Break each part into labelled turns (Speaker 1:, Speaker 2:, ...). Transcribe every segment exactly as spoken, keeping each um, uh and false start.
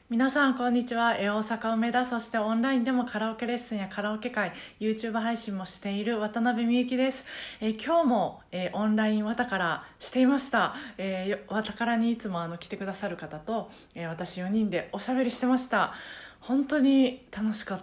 Speaker 1: 皆さんこんにちは。えー大阪梅田、そしてオンラインでもカラオケレッスンやカラオケ会、 YouTube 配信もしている渡辺美幸です。えー今日も、えーオンラインわたからしていました。えーよわたからにいつもあの来てくださる方と、えー私よにんでおしゃべりしてました。本当に楽しかった、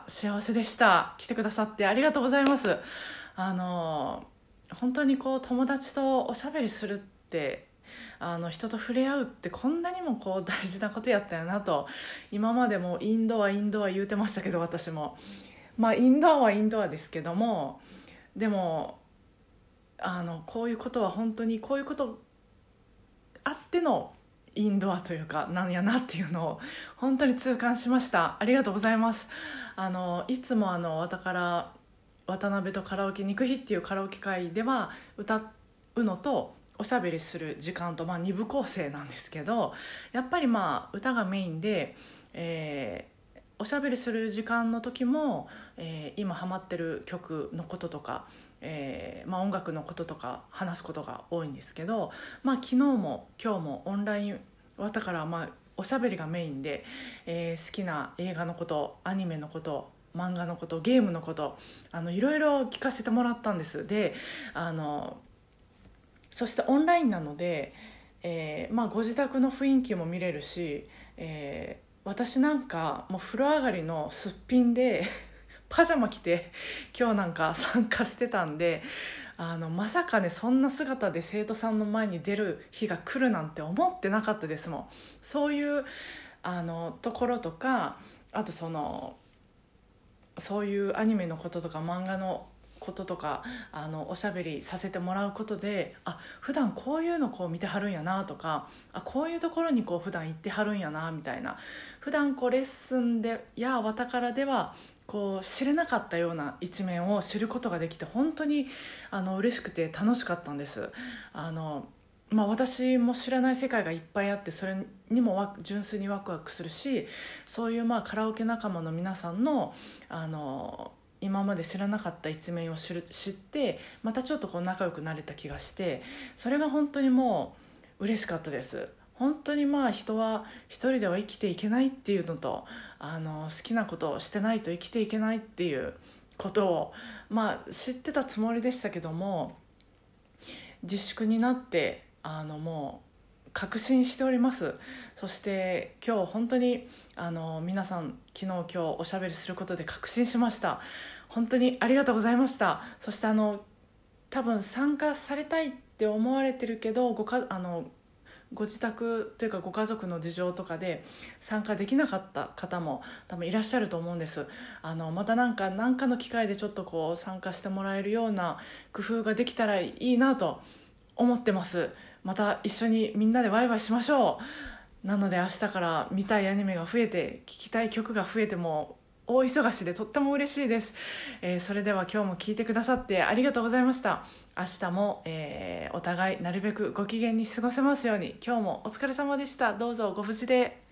Speaker 1: 幸せでした。来てくださってありがとうございます。あのー本当にこう友達とおしゃべりするってあの人と触れ合うってこんなにもこう大事なことやったよなと。今までもインドアインドア言うてましたけど、私もまあインドアはインドアですけども、でもあのこういうことは本当にこういうことあってのインドアというかなんやなっていうのを本当に痛感しました。ありがとうございます。あのいつもあのわたから渡辺とカラオケに行く日っていうカラオケ会では歌うのとおしゃべりする時間と、まあ、二部構成なんですけど、やっぱりまあ歌がメインで、えーおしゃべりする時間の時も、えー今ハマってる曲のこととか、えーまあ、音楽のこととか話すことが多いんですけど、まあ、昨日も今日もオンライン終わったから、まあ、おしゃべりがメインで、えー好きな映画のこと、アニメのこと、漫画のこと、ゲームのこと、あのいろいろ聞かせてもらったんです。であのそしてオンラインなので、えーまあ、ご自宅の雰囲気も見れるし、えー私なんかもう風呂上がりのすっぴんでパジャマ着て今日なんか参加してたんで、あのまさかねそんな姿で生徒さんの前に出る日が来るなんて思ってなかったですもん。そういうあのところとか、あとそのそういうアニメのこととか漫画のこととかあのおしゃべりさせてもらうことで、あ普段こういうのこう見てはるんやなとか、あこういうところにこう普段行ってはるんやなみたいな、普段こうレッスンでやわたからではこう知れなかったような一面を知ることができて、本当にあの嬉しくて楽しかったんです。あのまあ、私も知らない世界がいっぱいあって、それにもわ純粋にワクワクするし、そういうまあカラオケ仲間の皆さんのあの今まで知らなかった一面を知る知ってまたちょっとこう仲良くなれた気がして、それが本当にもう嬉しかったです。本当にまあ人は一人では生きていけないっていうのと、あの好きなことをしてないと生きていけないっていうことをまあ知ってたつもりでしたけども、自粛になってあのもう確信しております。そして今日本当にあの皆さん昨日今日おしゃべりすることで確信しました。本当にありがとうございました。そしてあの多分参加されたいって思われてるけど、ごかあのご自宅というかご家族の事情とかで参加できなかった方も多分いらっしゃると思うんです。あのまた何か何かの機会でちょっとこう参加してもらえるような工夫ができたらいいなと思ってます。また一緒にみんなでワイワイしましょう。なので明日から見たいアニメが増えて聴きたい曲が増えて、も大忙しでとっても嬉しいです。えーそれでは今日も聞いてくださってありがとうございました。明日も、えーお互いなるべくご機嫌に過ごせますように。今日もお疲れ様でした。どうぞご無事で。